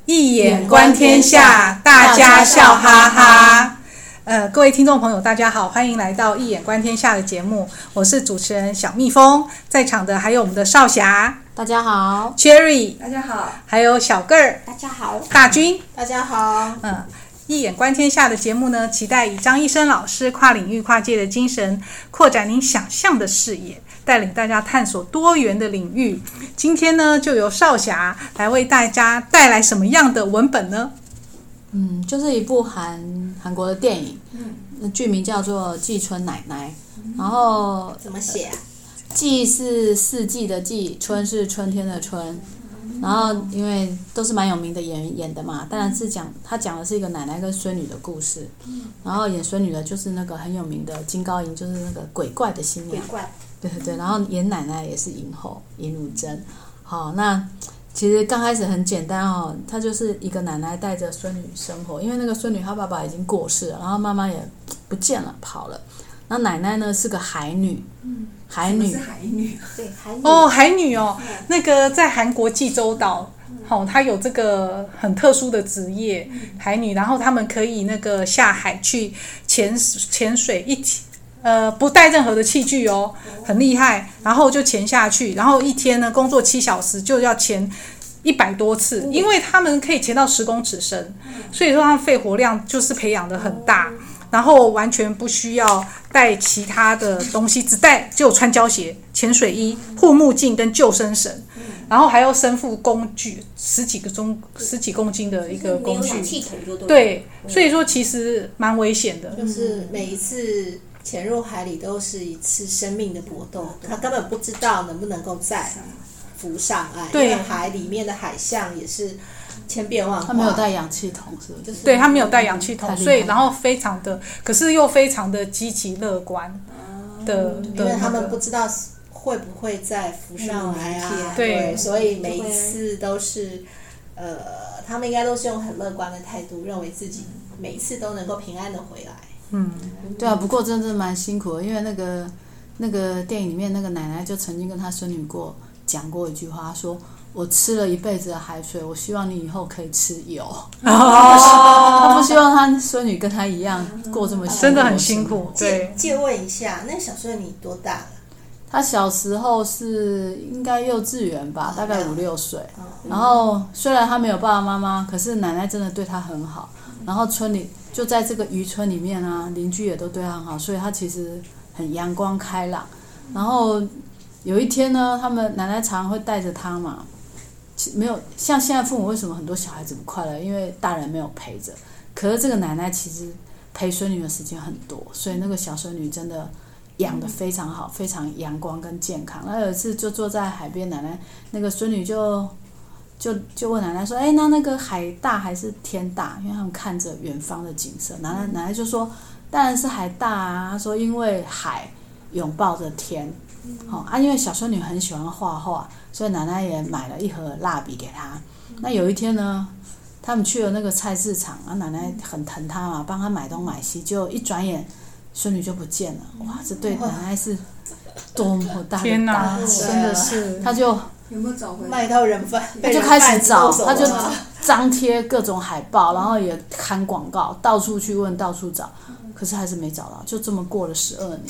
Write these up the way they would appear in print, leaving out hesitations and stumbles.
一眼观天下，大家笑哈哈。各位听众朋友大家好，欢迎来到一眼观天下的节目，我是主持人小蜜蜂，在场的还有我们的少侠， 大家好 Cherry， 大家好， 还有小个儿， 大家好， 大军， 大家好。 一眼观天下的节目呢，期待以张医生老师跨领域跨界的精神，扩展您想象的视野，带领大家探索多元的领域。今天呢，就由少侠来为大家带来什么样的文本呢？ 就是一部韩国的电影，剧名叫做《季春奶奶》，然后怎么写啊？ 季是四季的季，春是春天的春，然后因为都是蛮有名的演员演的嘛，当然是他讲的是一个奶奶跟孙女的故事，然后演孙女的就是那个很有名的金高银，就是那个鬼怪的新娘， 鬼怪， 对，然后演奶奶也是影后尹汝贞。好，那其实刚开始很简单哦，她就是一个奶奶带着孙女生活，因为那个孙女她爸爸已经过世了，然后妈妈也不见了，跑了。那奶奶呢是个海女，海女是海女，对，海女哦，海女哦，那个在韩国济州岛，她有这个很特殊的职业，海女，然后他们可以那个下海去潜水不带任何的器具哦，很厉害，然后就潜下去，然后一天呢工作7小时就要潜100多次，因为他们可以潜到10公尺深，所以说他们肺活量就是培养的很大，然后完全不需要带其他的东西，只有穿胶鞋、潜水衣、护目镜跟救生绳，然后还要身负工具十几公斤的一个工具， 气筒就对，所以说其实蛮危险的， 就是每一次潜入海里都是一次生命的搏斗，他根本不知道能不能够再浮上岸，因为海里面的海象也是千变万化。 他没有带氧气筒，是不是？ 对，他没有带氧气筒，所以然后非常的，可是又非常的积极乐观的， 因为他们不知道会不会再浮上来啊，对，所以每一次都是他们应该都是用很乐观的态度，认为自己每一次都能够平安的回来。 对啊，不过真的蛮辛苦的，因为那个电影里面那个奶奶就曾经跟她孙女讲过一句话，说我吃了一辈子的海水，我希望你以后可以吃油。他不希望他孙女跟他一样过这么辛苦， 真的很辛苦。对， 借问一下，那小孙女多大了？ 他小时候是应该幼稚园吧，大概5、6岁。然后虽然他没有爸爸妈妈，可是奶奶真的对他很好。然后村里就在这个渔村里面啊，邻居也都对他很好，所以他其实很阳光开朗。然后有一天呢，他们奶奶常会带着他嘛，没有像现在父母为什么很多小孩子不快乐，因为大人没有陪着。可是这个奶奶其实陪孙女的时间很多，所以那个小孙女真的养得非常好，非常阳光跟健康。那有一次就坐在海边，奶奶那个孙女就问奶奶说：“那个海大还是天大？”因为他们看着远方的景色，奶奶就说：“当然是海大啊。”她说：“因为海拥抱着天。”因为小孙女很喜欢画画，所以奶奶也买了一盒蜡笔给她。那有一天呢，他们去了那个菜市场，奶奶很疼她嘛，帮她买东买西，就一转眼孙女就不见了。哇，这对奶奶是多么大的打击， 真的是， 她就有没有找回来？卖到人贩， 他就开始找，他就张贴各种海报，然后也看广告，到处去问，到处找，可是还是没找到，就这么过了12年。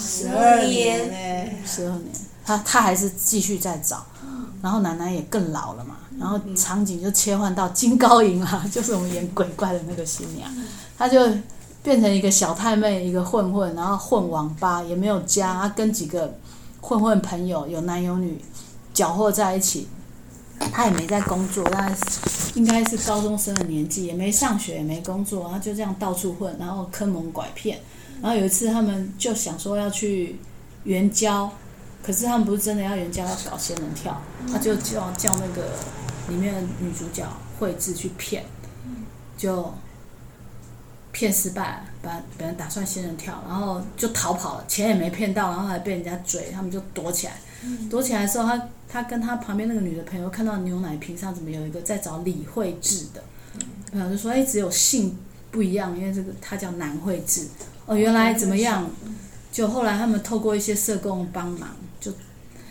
12年 ，12年，他还是继续在找，然后奶奶也更老了嘛，然后场景就切换到金高银啊，就是我们演鬼怪的那个新娘，她就变成一个小太妹，一个混混，然后混网吧，也没有家，她跟几个混朋友有男有女搅和在一起，他也没在工作，他应该是高中生的年纪，也没上学，也没工作，他就这样到处混，然后坑蒙拐骗。然后有一次他们就想说要去援交，可是他们不是真的要援交，要搞仙人跳，他就叫那个里面的女主角惠智去骗，就骗失败了，本来打算仙人跳，然后就逃跑了，钱也没骗到，然后还被人家追，他们就躲起来。躲起来的时候，他跟他旁边那个女的朋友看到牛奶瓶上怎么有一个在找李惠智的，朋友就说：“只有姓不一样，因为这个他叫南惠智。”原来怎么样？就后来他们透过一些社工帮忙，就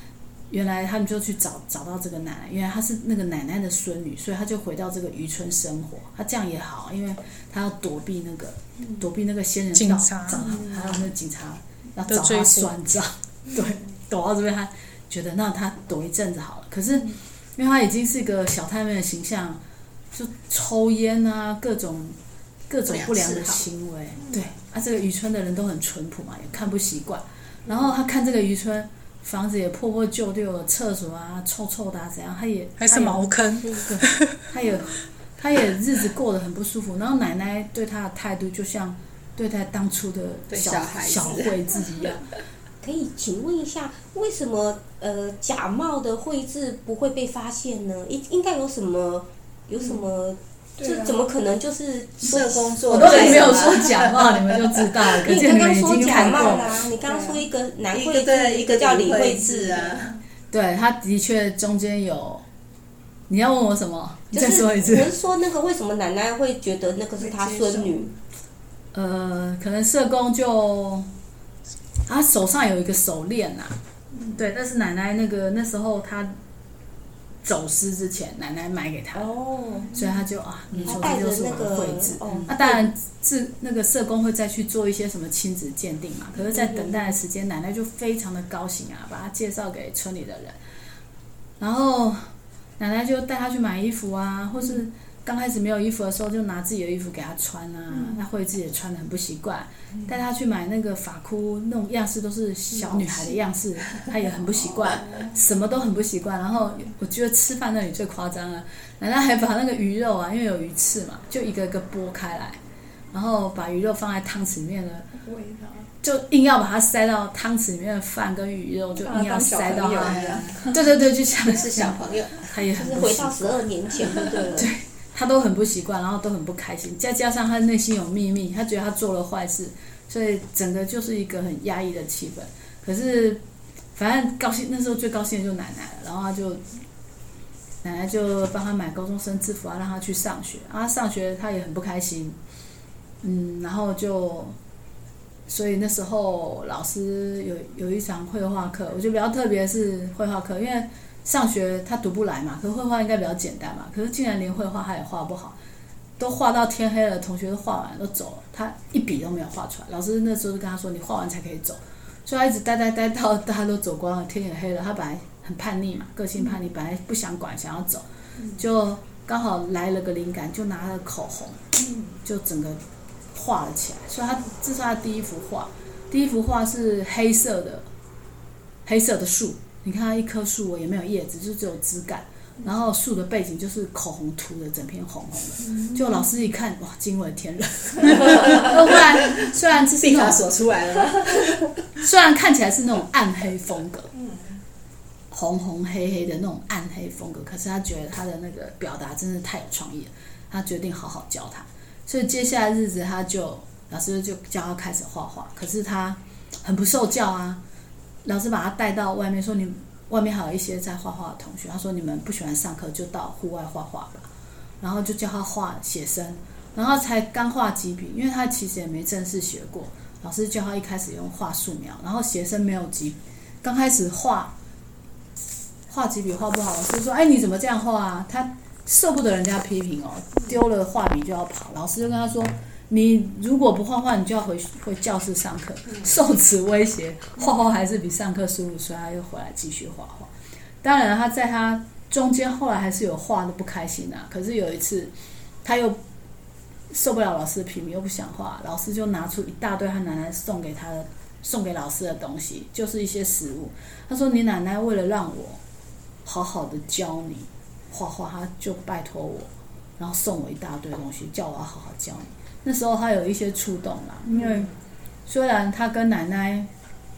原来他们就去找到这个奶奶，原来她是那个奶奶的孙女，所以他就回到这个渔村生活。他这样也好，因为他要躲避那个仙人掌，还有那个警察要找他算账。对，躲到这边，他觉得那他躲一阵子好了。可是因为他已经是一个小太妹的形象，就抽烟啊，各种不良的行为。对啊，这个渔村的人都很淳朴嘛，也看不习惯。然后他看这个渔村房子也破破旧旧的，厕所啊臭臭的怎样， 还是茅坑。 对，他也日子过得很不舒服。然后奶奶对他的态度就像对待当初的小惠子一样。 可以请问一下，为什么假冒的绘制不会被发现呢？应该有什么？这怎么可能就是社工做？ 我都还没有说假冒，你们就知道了。可是你刚刚说已经假冒啦，你刚刚说一个男绘制，一个叫李绘制啊。 对，他的确中间有。你要问我什么？ 你再说一次。 我是说那个为什么奶奶会觉得那个是她孙女？ 可能社工就他手上有一个手链呐，对，那是奶奶那时候他走失之前，奶奶买给他，所以他就你说这就是我的绘制。那当然是那个社工会再去做一些什么亲子鉴定嘛。可是，在等待的时间，奶奶就非常的高兴啊，把他介绍给村里的人，然后奶奶就带他去买衣服啊，或是刚开始没有衣服的时候，就拿自己的衣服给他穿啊。那绘制也穿得很不习惯，带他去买那个发箍，那种样式都是小女孩的样式，他也很不习惯，什么都很不习惯。然后我觉得吃饭那里最夸张了，奶奶还把那个鱼肉啊，因为有鱼刺嘛，就一个一个剥开来，然后把鱼肉放在汤匙里面的，就硬要把它塞到汤匙里面的饭跟鱼肉，就硬要塞到它。对，就像是小朋友， 他也很回到12年前，对。 他都很不习惯，然后都很不开心，再加上他内心有秘密，他觉得他做了坏事，所以整个就是一个很压抑的气氛。可是反正高兴，那时候最高兴的就是奶奶了，然后奶奶就帮他买高中生制服啊，让他去上学啊。上学他也很不开心，然后所以那时候老师有一场绘画课，我觉得比较特别是绘画课，因为上学他读不来嘛，可是绘画应该比较简单嘛，可是竟然连绘画他也画不好，都画到天黑了，同学都画完都走了，他一笔都没有画出来。老师那时候就跟他说，你画完才可以走，所以他一直待到大家都走光了，天也黑了。他本来很叛逆嘛，个性叛逆，本来不想管，想要走，就刚好来了个灵感，就拿了口红，就整个画了起来。所以这是他的第一幅画是黑色的树。你看它一棵树也没有叶子，就只有枝干，然后树的背景就是口红涂的整片红红的。就老师一看，哇，惊为天人。虽然这是毕卡索出来了吗？ 虽然看起来是那种暗黑风格，红红黑黑的那种暗黑风格，可是他觉得他的那个表达真的太有创意了，他决定好好教他。所以接下来日子老师就教他开始画画，可是他很不受教啊。老师把他带到外面，说你外面还有一些在画画的同学，他说你们不喜欢上课就到户外画画吧，然后就叫他画写生，然后才刚画几笔，因为他其实也没正式学过，老师叫他一开始用画素描，然后写生没有几笔，刚开始画几笔画不好，老师说你怎么这样画啊？他受不得人家批评丢了画笔就要跑，老师就跟他说，你如果不画画，你就要回教室上课，受此威胁，画画还是比上课舒服，所以他又回来继续画画。当然他在他中间后来还是有画的不开心啊，可是有一次他又受不了老师的批评，又不想画，老师就拿出一大堆他奶奶送给老师的东西，就是一些食物。他说，你奶奶为了让我好好的教你画画，他就拜托我，然后送我一大堆东西，叫我要好好教你。那时候他有一些触动啦，因为虽然他跟奶奶，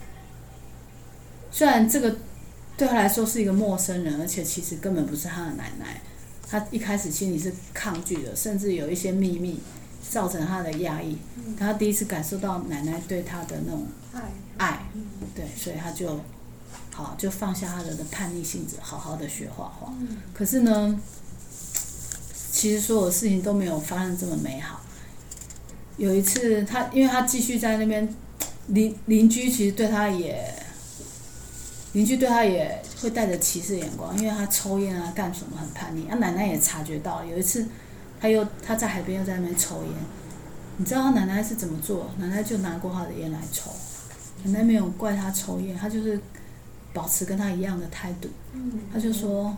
虽然这个对他来说是一个陌生人，而且其实根本不是他的奶奶，他一开始心里是抗拒的，甚至有一些秘密造成他的压抑。他第一次感受到奶奶对他的那种爱，对，所以他就放下他的叛逆性质，好好的学画画。可是呢，其实所有事情都没有发生这么美好。有一次因为他继续在那边，邻居对他也会带着歧视眼光，因为他抽烟啊干什么很叛逆。奶奶也察觉到，有一次他在海边又在那边抽烟，你知道他奶奶是怎么做？奶奶就拿过他的烟来抽，奶奶没有怪他抽烟，他就是保持跟他一样的态度。他就说，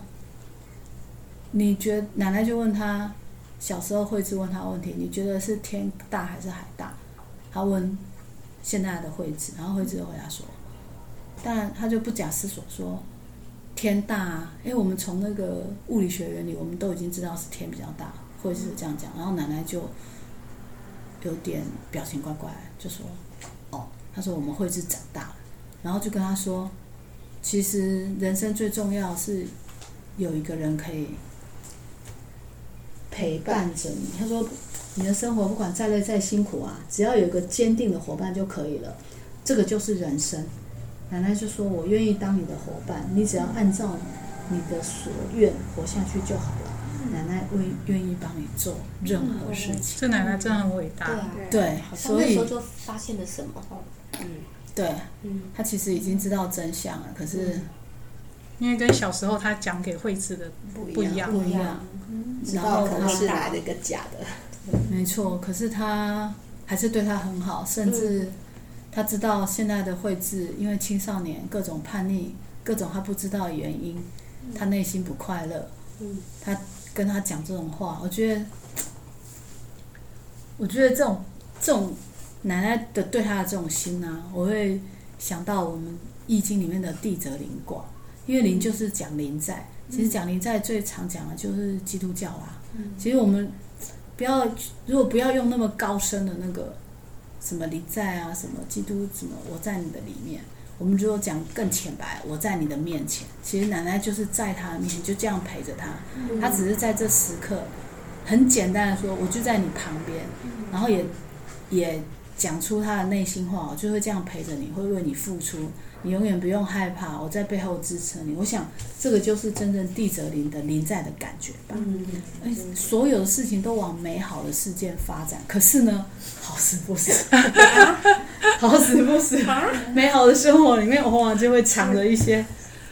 奶奶就问他，小时候惠智问他问题，你觉得是天大还是海大？他问现在的惠智，然后惠智就回答说，当然他就不假思索说天大啊，因为我们从那个物理学原理我们都已经知道是天比较大，惠智这样讲，然后奶奶就有点表情怪怪，就说他说我们惠智长大了，然后就跟他说，其实人生最重要是有一个人可以陪伴着你。他说你的生活不管再累再辛苦啊，只要有一个坚定的伙伴就可以了，这个就是人生。奶奶就说我愿意当你的伙伴，你只要按照你的所愿活下去就好了，奶奶愿意帮你做任何事情。 这奶奶真的很伟大。 对， 所以那时候就发现了什么。 对，他其实已经知道真相了，可是因为跟小时候他讲给惠智的不一样， 然后可能是来了一个假的。 没错，可是他还是对他很好，甚至他知道现在的惠智因为青少年各种叛逆，各种他不知道的原因，他内心不快乐。他跟他讲这种话，我觉得这种奶奶的对他的这种心啊，我会想到我们易经里面的地泽临卦，因为临就是讲临在，其实讲临在最常讲的就是基督教啦。其实我们如果不要用那么高深的那个什么临在啊，什么基督什么我在你的里面，我们就讲更浅白，我在你的面前。其实奶奶就是在他的面前，就这样陪着他，他只是在这时刻很简单的说我就在你旁边，然后也讲出他的内心话，我就会这样陪着你，会为你付出，你永远不用害怕，我在背后支撑你。我想这个就是真正地泽临的临在的感觉吧。所有的事情都往美好的事件发展，可是呢，好死不死，好死不死，美好的生活里面往往就会藏着一些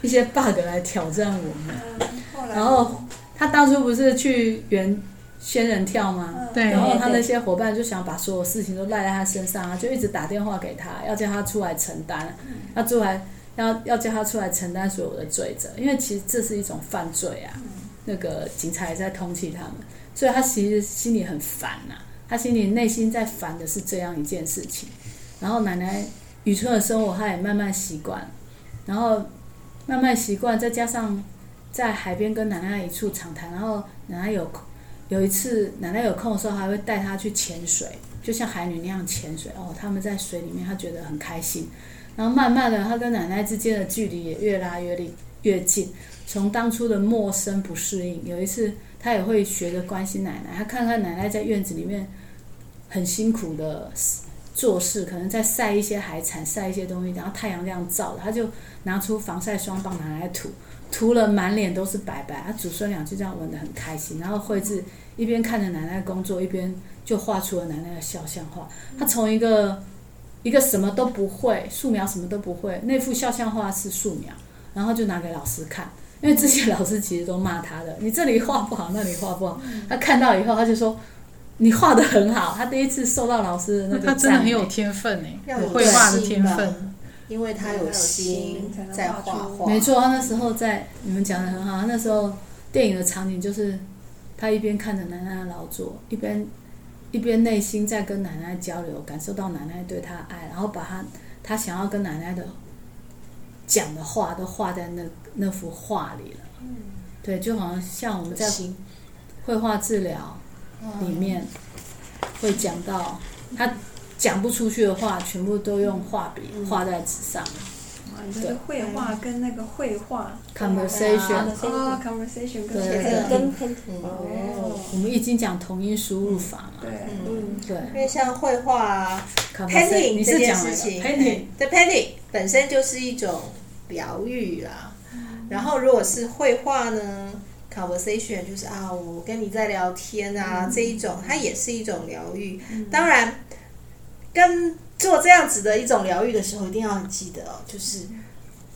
bug 来挑战我们。然后他当初不是去圆仙人跳吗？ 对。 然后他那些伙伴就想把所有事情都赖在他身上啊，就一直打电话给他，要叫他出来承担，要叫他出来承担所有的罪责，因为其实这是一种犯罪啊。那个警察也在通缉他们，所以他其实心里很烦啊，他心里内心在烦的是这样一件事情。然后奶奶渔村的生活他也慢慢习惯，然后慢慢习惯，再加上在海边跟奶奶一处长谈，然后奶奶有一次奶奶有空的时候还会带他去潜水，就像海女那样潜水。他们在水里面他觉得很开心，然后慢慢的他跟奶奶之间的距离也越拉越近，从当初的陌生不适应，有一次他也会学着关心奶奶，他看看奶奶在院子里面很辛苦的做事，可能在晒一些海产，晒一些东西，然后太阳这样照的，他就拿出防晒霜帮奶奶涂了满脸都是白白，他祖孙俩就这样闻得很开心。然后惠智一边看着奶奶工作，一边就画出了奶奶的肖像画。他从一个什么都不会，素描什么都不会，那幅肖像画是素描，然后就拿给老师看，因为之前老师其实都骂他的，你这里画不好，那里画不好。他看到以后他就说你画得很好，他第一次受到老师的那个赞美。 他真的很有天分有绘画的天分。 因为他有心在画画。 没错，他那时候你们讲得很好，他那时候电影的场景就是他一边看着奶奶的劳作，一边内心在跟奶奶交流，感受到奶奶对他的爱，然后把他想要跟奶奶的讲的话都画在那幅画里了。对，就好像我们在绘画治疗里面会讲到他讲不出去的话，全部都用画笔画在纸上。 你说绘画跟那个绘画 conversation conversation 跟我们易经讲同音输入法嘛。 对，因为像绘画啊 painting 这件事情 painting 本身就是一种疗愈啦。然后如果是绘画呢， conversation 就是我跟你在聊天啊，这一种它也是一种疗愈。当然跟做这样子的一种疗愈的时候，一定要很记得就是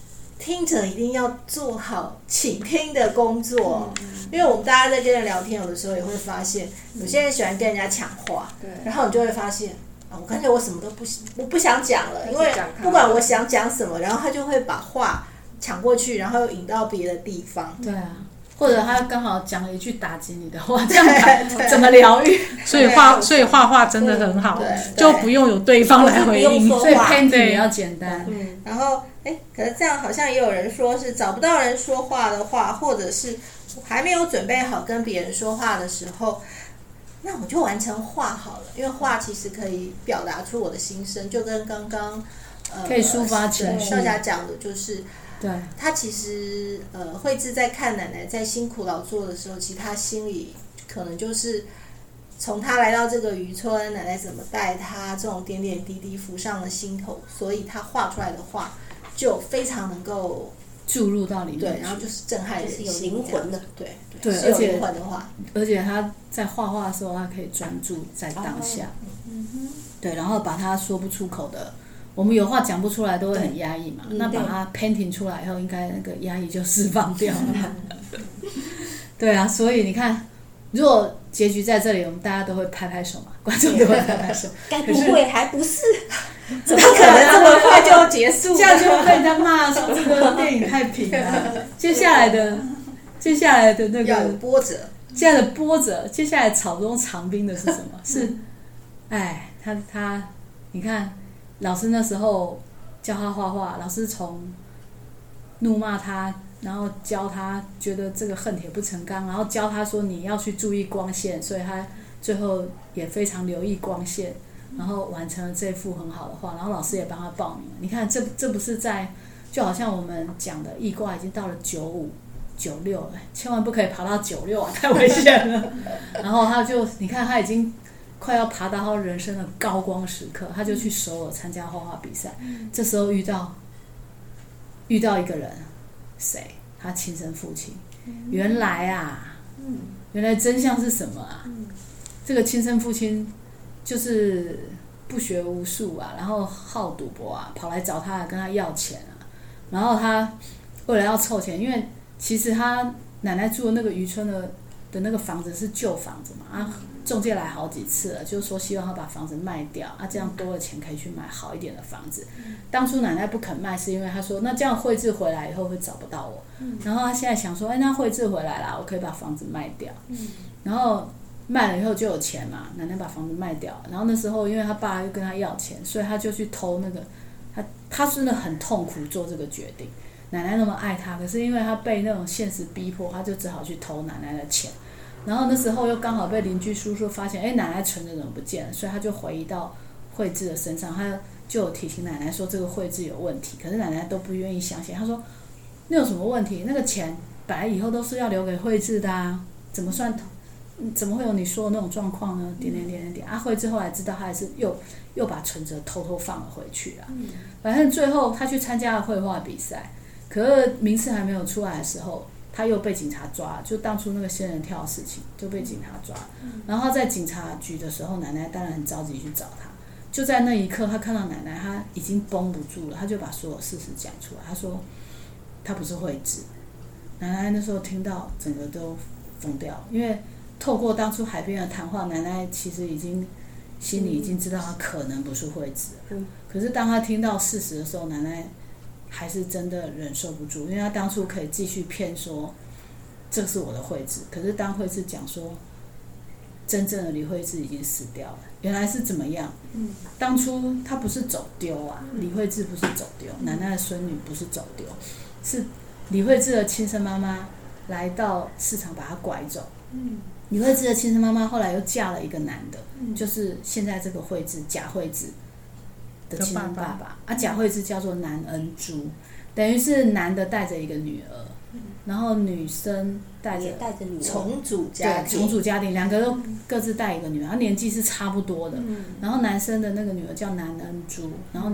听者一定要做好倾听的工作，因为我们大家在跟人聊天，有的时候也会发现，有些人喜欢跟人家抢话，然后你就会发现啊，我干脆我什么都我不想讲了，因为不管我想讲什么，然后他就会把话抢过去，然后又引到别的地方。 对啊。或者他刚好讲了一句打击你的话，这样怎么疗愈？ 所以画画真的很好，就不用有对方来回应， 所以 painting 也要简单。 然后可是这样好像也有人说是找不到人说话的话，或者是还没有准备好跟别人说话的时候，那我就完成画好了，因为画其实可以表达出我的心声，就跟刚刚可以抒发情绪。 少侠讲的就是。 对， 他其实惠智在看奶奶在辛苦劳作的时候，其实他心里可能就是从他来到这个渔村，奶奶怎么带他，这种点点滴滴浮上了心头，所以他画出来的画就非常能够注入到里面， 对，然后就是震撼人心， 有灵魂的， 对， 是有灵魂的画， 而且他在画画的时候，他可以专注在当下，对，然后把他说不出口的。我们有话讲不出来都会很压抑嘛，那把它 painting 出来以后，应该那个压抑就释放掉了。对啊，所以你看，如果结局在这里，我们大家都会拍拍手嘛，观众都会拍拍手。 该不会还不是？ 怎么可能这么快就结束？ 这样就被人家骂说这个电影太平了。接下来的那个波折， 接下来的波折，接下来草中藏兵的是什么？是，他，你看。老师那时候教他画画，老师从怒骂他，然后教他觉得这个恨铁不成钢，然后教他说你要去注意光线，所以他最后也非常留意光线，然后完成了这幅很好的画，然后老师也帮他报名了。你看这不是在就好像我们讲的易卦已经到了95、96了，千万不可以爬到96啊，太危险了。然后他就你看他已经快要爬到他人生的高光时刻，他就去首尔参加画画比赛。这时候遇到一个人，谁？他亲生父亲。原来真相是什么啊？这个亲生父亲就是不学无术啊，然后好赌博啊，跑来找他跟他要钱啊。然后他为了要凑钱，因为其实他奶奶住的那个渔村的那个房子是旧房子嘛中介来好几次了，就是说希望他把房子卖掉这样多的钱可以去买好一点的房子。当初奶奶不肯卖是因为他说那这样惠智回来以后会找不到我，然后他现在想说那惠智回来啦，我可以把房子卖掉，然后卖了以后就有钱嘛，奶奶把房子卖掉，然后那时候因为他爸又跟他要钱，所以他就去偷那个他真的很痛苦做这个决定。奶奶那么爱他，可是因为他被那种现实逼迫，他就只好去偷奶奶的钱。然后那时候又刚好被邻居叔叔发现，奶奶存折怎么不见了？所以他就回忆到惠智的身上，他就有提醒奶奶说这个惠智有问题，可是奶奶都不愿意相信。他说那有什么问题？那个钱本来以后都是要留给惠智的啊，怎么会有你说的那种状况呢？惠智后来知道，他还是又把存折偷偷放了回去了。反正最后他去参加了绘画比赛，可是名次还没有出来的时候，他又被警察抓了，就当初那个仙人跳的事情就被警察抓了。然后在警察局的时候，奶奶当然很着急去找他。就在那一刻，他看到奶奶，他已经绷不住了，他就把所有事实讲出来。他说他不是惠智。奶奶那时候听到整个都疯掉了，因为透过当初海边的谈话，奶奶其实心里已经知道他可能不是惠智了。可是当他听到事实的时候，奶奶还是真的忍受不住，因为他当初可以继续骗说这是我的惠智，可是当惠智讲说真正的李惠智已经死掉了，原来是怎么样？当初他不是走丢啊，李惠智不是走丢，奶奶的孙女不是走丢，是李惠智的亲生妈妈来到市场把她拐走。李惠智的亲生妈妈后来又嫁了一个男的，就是现在这个惠智贾惠智的亲生爸爸贾惠智叫做南恩珠，等于是男的带着一个女儿，然后女生带着女儿， 重组家庭， 两个都各自带一个女儿，年纪是差不多的。然后男生的那个女儿叫南恩珠，然后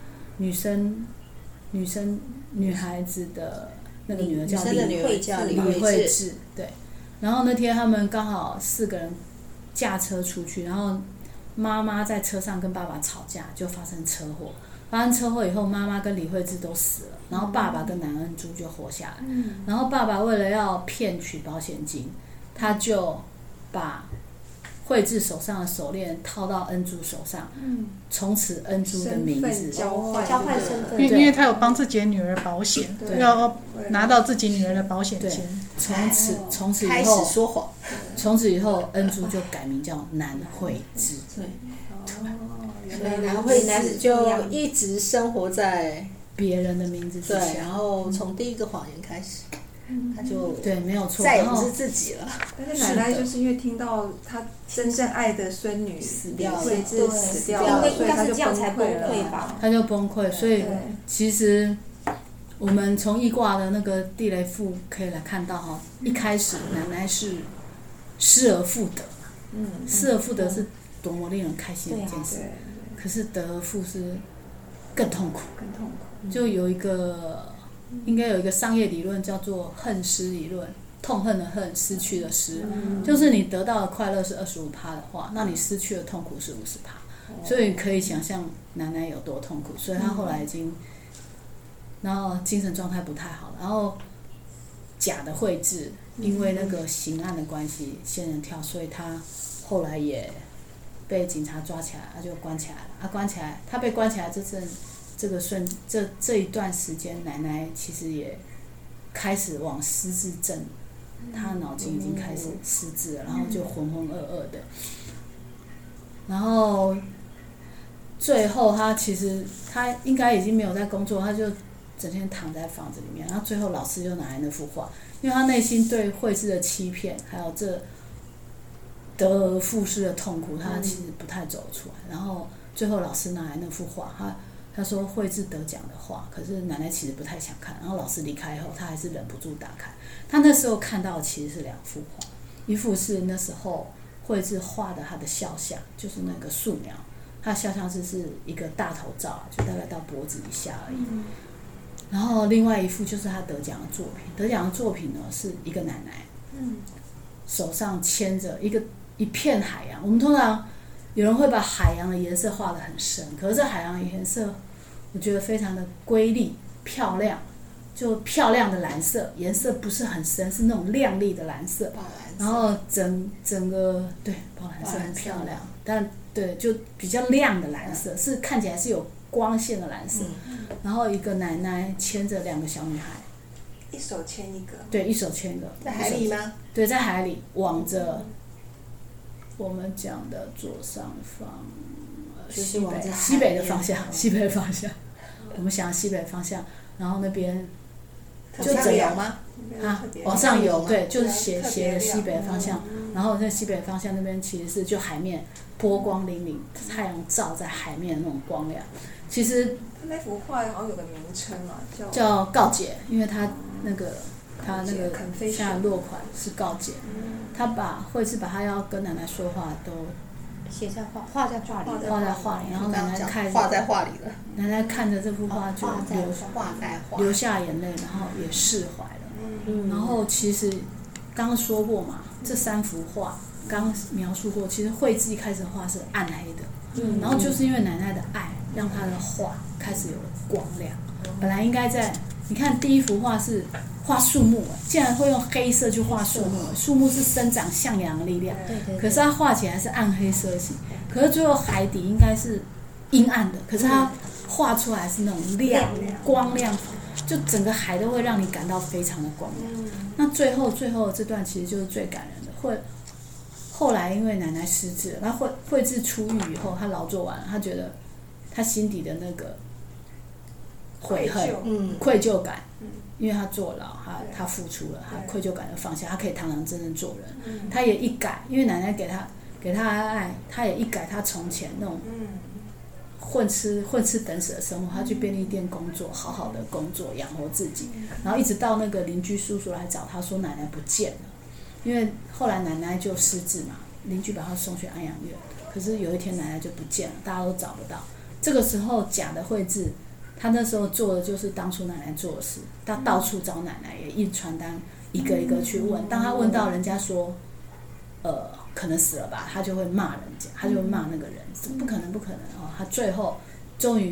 女孩子的那个女儿叫李惠智，对。然后那天他们刚好4个人驾车出去，然后妈妈在车上跟爸爸吵架，就发生车祸。 发生车祸以后，妈妈跟李惠智都死了，然后爸爸跟南恩珠就活下来。然后爸爸为了要骗取保险金，他就把惠智手上的手链套到恩珠手上，从此恩珠的名字交换身份， 因为他有帮自己的女儿保险，要拿到自己女儿的保险金。 从此以开后始说谎， 从此以后恩珠就改名叫南惠智。 所以南惠智就一直生活在别人的名字之下。 对，然后从第一个谎言开始，他就对，没有错， 再也不是自己了。 但是奶奶就是因为听到她真正爱的孙女死掉了， 惠智死掉了，所以她就崩溃了。 他就崩溃，所以其实我们从易卦的那个地雷赋可以来看到哈，一开始奶奶是失而复得，失而复得是多么令人开心的一件事，可是得而复失更痛苦，就有一个应该有一个商业理论叫做恨失理论，痛恨的恨，失去的失，就是你得到的快乐是25%的话，那你失去的痛苦是50%，所以可以想象奶奶有多痛苦，所以她后来已经，然后精神状态不太好，然后假的惠智因为那个刑案的关系仙人跳，所以她后来也被警察抓起来，他就关起来了。关起来，他被关起来这一段时间，奶奶其实也开始往失智症，她脑筋已经开始失智了，然后就浑浑噩噩的。然后最后他其实他应该已经没有在工作，他就整天躺在房子里面。然后最后老师就拿来那幅画，因为他内心对惠智的欺骗，还有这得而复失的痛苦，他其实不太走出来。然后最后老师拿来那幅画，他说惠智得奖的画，可是奶奶其实不太想看。然后老师离开以后，他还是忍不住打开。他那时候看到的其实是2幅画，一幅是那时候惠智画的他的肖像，就是那个素描，他的肖像是一个大头照，就大概到脖子以下而已。然后另外一幅就是他得奖的作品，得奖的作品呢是一个奶奶，手上牵着一片海洋。我们通常有人会把海洋的颜色画得很深，可是这海洋的颜色我觉得非常的瑰丽漂亮，就漂亮的蓝色，颜色不是很深，是那种亮丽的蓝色。然后整个对宝蓝色很漂亮，但对就比较亮的蓝色，是看起来是有光线的蓝色。然后一个奶奶牵着2个小女孩， 一手牵一个。 对，一手牵一个。 在海里吗？ 对，在海里，往着我们讲的左上方，西北的方向，西北的方向。我们想西北的方向，然后那边就整游吗？ 往上游，对，就是斜的西北的方向。然后在西北的方向那边其实是就海面波光粼粼，太阳照在海面的那种光亮。其实那幅画好像有个名称啊， 叫告解，因为他那个现在落款是告解。他惠智把他要跟奶奶说话都写在画在画里， 然后奶奶画在画里了。 奶奶看着这幅画就流下眼泪，然后也释怀了。然后其实刚刚说过嘛，这3幅画刚描述过，其实惠智一开始画是暗黑的，然后就是因为奶奶的爱，让他的画开始有了光亮。本来应该你看第一幅画是画树木，竟然会用黑色去画树木，树木是生长向阳的力量，可是它画起来是暗黑色系，可是最后海底应该是阴暗的，可是它画出来是那种光亮，就整个海都会让你感到非常的光亮。那最后这段其实就是最感人的。后来因为奶奶失智了，然后惠智出狱以后，他劳作完了，他觉得他心底的那个悔恨、愧疚感，因为他坐牢，他付出了，他愧疚感就放下，他可以堂堂正正做人。他也一改，因为奶奶给他的爱，他也一改他从前那种混吃等死的生活，他去便利店工作，好好的工作养活自己。然后一直到那个邻居叔叔来找他说奶奶不见了，因为后来奶奶就失智嘛，邻居把他送去安养院，可是有一天奶奶就不见了，大家都找不到。这个时候假的惠智，他那时候做的就是当初奶奶做的事，他到处找奶奶，也印传单，一个一个去问。当他问到人家说可能死了吧，他就会骂人家，他就会骂那个人，不可能哦。他最后终于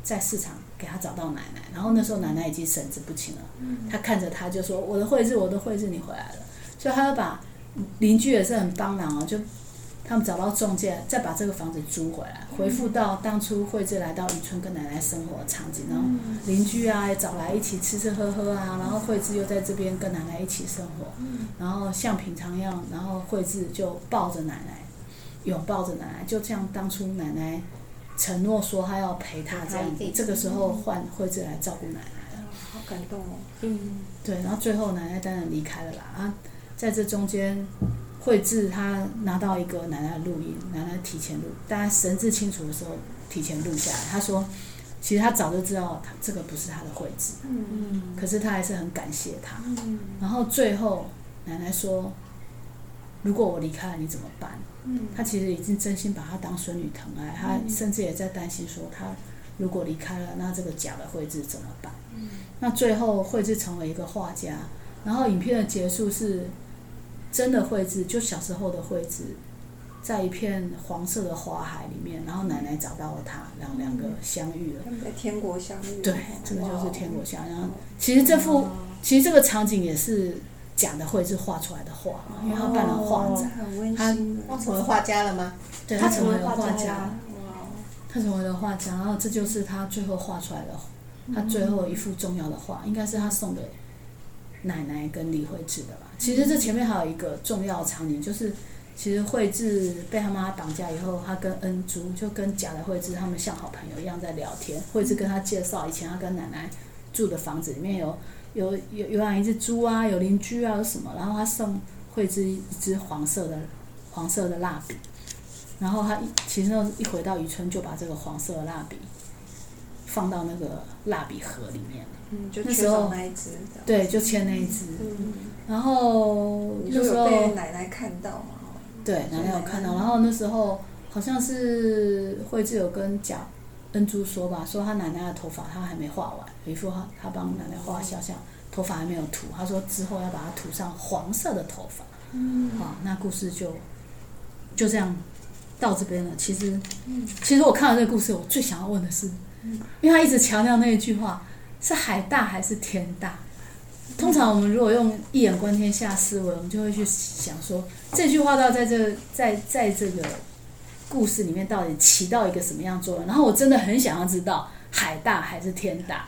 在市场给他找到奶奶，然后那时候奶奶已经神志不清了，他看着他就说我的惠智你回来了，所以他就把邻居也是很帮忙就他们找到中介，再把这个房子租回来，回复到当初惠智来到渔村跟奶奶生活的场景，然后邻居啊也找来一起吃吃喝喝啊，然后惠智又在这边跟奶奶一起生活，然后像平常一样，然后惠智就抱着奶奶，拥抱着奶奶，就像当初奶奶承诺说她要陪她这样子，这个时候换惠智来照顾奶奶了， 好感动哦。 对，然后最后奶奶当然离开了啦，在这中间。惠智他拿到一个奶奶的录音，奶奶提前录，大家神志清楚的时候提前录下来。他说，其实他早就知道这个不是他的惠智，可是他还是很感谢他。然后最后奶奶说，如果我离开了你怎么办？他其实已经真心把她当孙女疼爱，他甚至也在担心说，他如果离开了，那这个假的惠智怎么办？那最后惠智成为一个画家，然后影片的结束是。真的惠智，就小时候的惠智，在一片黄色的花海里面，然后奶奶找到了他，两个相遇了。 他们在天国相遇。 对，这个就是天国相遇。然后其实这个场景也是假的惠智画出来的画，因为他办了画展， 他成为画家了吗？ 对，他成为了画家。他成为了画家，然后这就是他最后画出来的，他最后一幅重要的画，应该是他送给奶奶跟李惠智的吧。其实这前面还有一个重要场景，就是其实惠智被他妈绑架以后，他跟恩珠就跟假的惠智他们像好朋友一样在聊天。惠智跟他介绍以前他跟奶奶住的房子里面有养一只猪啊，有邻居啊，有什么，然后他送惠智一支黄色的蜡笔，然后他其实一回到渔村就把这个黄色的蜡笔放到那个蜡笔盒里面。 就缺少那一只， 对，就签那一只。然后那时候被奶奶看到嘛？ 对，奶奶有看到。然后那时候好像是惠智有跟假恩珠说吧，说他奶奶的头发他还没画完，有一幅他帮奶奶画肖像，头发还没有涂。他说之后要把它涂上黄色的头发。那故事就这样到这边了。其实我看了这个故事，我最想要问的是，因为他一直强调那一句话。是海大还是天大？通常我们如果用一眼观天下思维，我们就会去想说，这句话到在这个故事里面到底起到一个什么样作用？然后我真的很想要知道海大还是天大。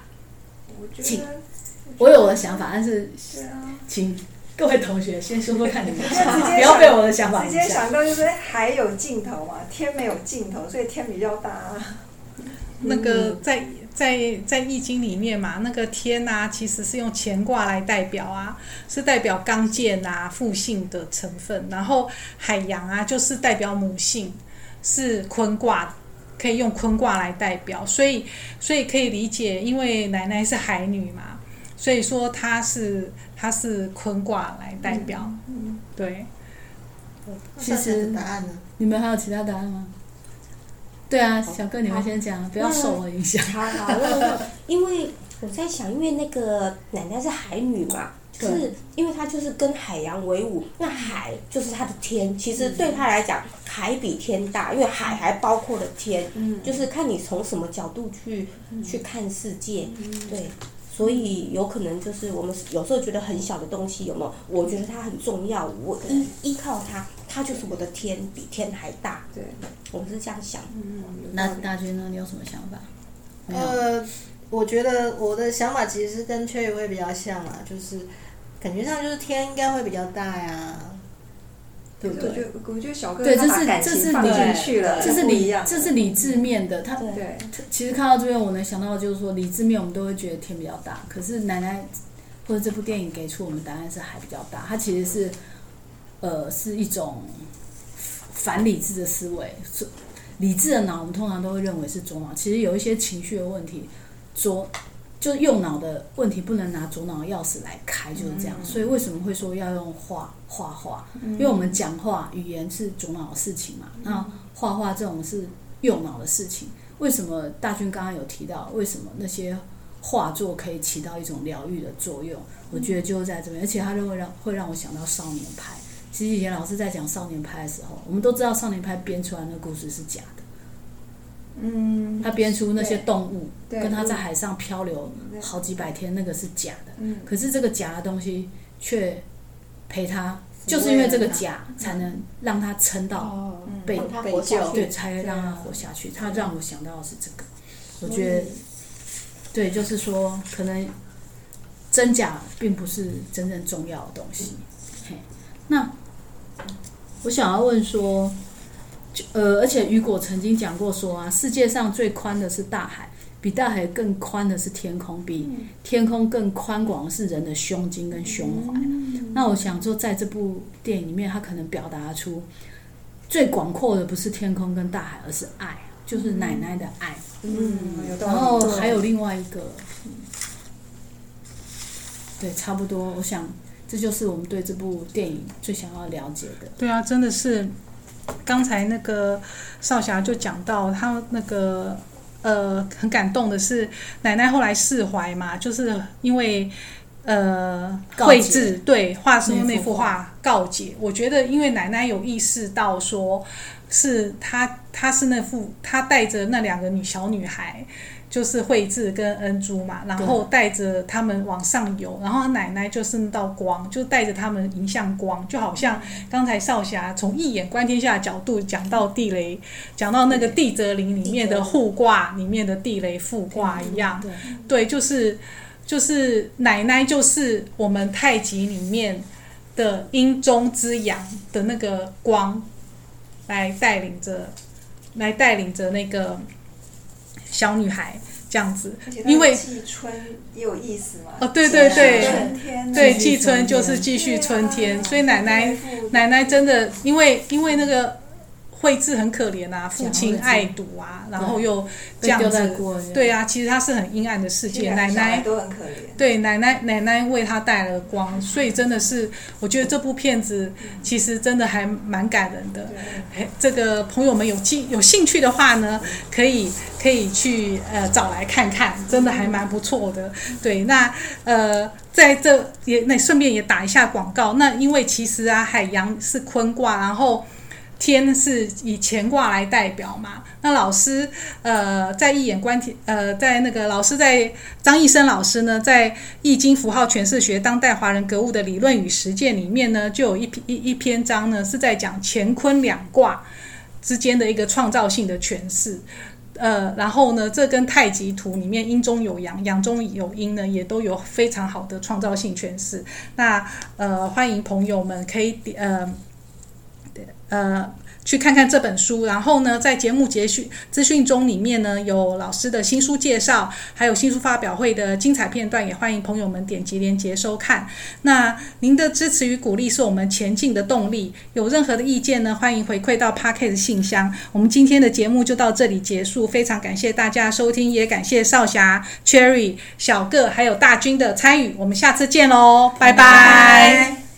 我有我的想法，但是请各位同学先说说看你们的想法，不要被我的想法影响。 直接想到就是海有尽头嘛，天没有尽头，所以天比较大啊。 那个在易经里面嘛，那个天啊，其实是用乾卦来代表啊，是代表刚健啊、父性的成分。然后海洋啊，就是代表母性，是坤卦，可以用坤卦来代表。所以可以理解，因为奶奶是海女嘛，所以说她是坤卦来代表。对。 其实答案呢？ 你们还有其他答案吗？对啊，小哥你们先讲，不要受我影响。 好，因为我在想，因为那个奶奶是海女嘛，就是因为她就是跟海洋为伍，那海就是她的天，其实对她来讲，海比天大，因为海还包括了天，就是看你从什么角度去看世界，对。所以有可能就是我们有时候觉得很小的东西，有没有？我觉得它很重要，我依靠它就是我的天，比天还大。 对， 我是这样想。 那大军呢？你有什么想法？ 我觉得我的想法其实是跟秋雨会比较像啦，就是感觉上就是天应该会比较大呀。对不对？ 我觉得小哥对， 他把感情放进去了， 这是理智面的。他对， 其实看到这边，我能想到的就是说，理智面我们都会觉得天比较大，可是奶奶或者这部电影给出我们答案是海比较大。它其实是一种反理智的思维，理智的脑我们通常都会认为是左脑，其实有一些情绪的问题，就是右脑的问题不能拿左脑的钥匙来开，就是这样。所以为什么会说要用画画？因为我们讲话语言是左脑的事情嘛，那画画这种是右脑的事情。为什么大军刚刚有提到，为什么那些画作可以起到一种疗愈的作用？我觉得就是在这边，而且它会让我想到少年派。其实以前老师在讲少年派的时候，我们都知道少年派编出来的故事是假的， 他编出那些动物跟他在海上漂流好几百天，那个是假的，可是这个假的东西却陪他，就是因为这个假才能让他撑到被救， 对，才让他活下去。他让我想到的是这个，我觉得对，就是说可能真假并不是真正重要的东西。那我想要问说，而且雨果曾经讲过说啊，世界上最宽的是大海，比大海更宽的是天空，比天空更宽广的是人的胸襟跟胸怀。那我想说，在这部电影里面，他可能表达出最广阔的不是天空跟大海，而是爱，就是奶奶的爱。然后还有另外一个，对，差不多。我想这就是我们对这部电影最想要了解的。 对啊，真的是。刚才那个少侠就讲到他那个很感动的是奶奶后来释怀嘛，就是因为绘制对画出那幅画告解。我觉得因为奶奶有意识到说是她是那幅她带着那两个小女孩，就是惠智跟恩珠嘛，然后带着他们往上游，然后奶奶就是那道光，就带着他们迎向光，就好像刚才少侠从一眼观天下的角度讲到地雷，讲到那个地泽林里面的互卦里面的地雷复卦一样。对，就是奶奶就是我们太极里面的阴中之阳的那个光，来带领着那个小女孩这样子，因为季春也有意思嘛。 对对对， 春天对，季春就是继续春天，所以奶奶真的因为那个惠智很可怜啊，父亲爱赌啊，然后又这样子，对啊，其实他是很阴暗的世界，奶奶都很可怜， 对，奶奶为他带来了光，所以真的是我觉得这部片子其实真的还蛮感人的。这个朋友们有兴趣的话呢，可以去找来看看，真的还蛮不错的。对，那在这那顺便也打一下广告，那因为其实啊，海洋是坤卦，然后天是以乾卦来代表嘛，那老师在一眼观天在那个老师在张义生老师呢，在易经符号诠释学当代华人格物的理论与实践里面呢，就有一篇章呢是在讲乾坤两卦之间的一个创造性的诠释。然后呢，这跟太极图里面阴中有阳，阳中有阴呢，也都有非常好的创造性诠释。那欢迎朋友们可以去看看这本书，然后呢，在节目资讯中里面呢，有老师的新书介绍，还有新书发表会的精彩片段，也欢迎朋友们点击连结收看。那您的支持与鼓励是我们前进的动力，有任何的意见呢，欢迎回馈到 Podcast 信箱。我们今天的节目就到这里结束，非常感谢大家的收听，也感谢少侠、Cherry、小个还有大军的参与，我们下次见咯，拜拜。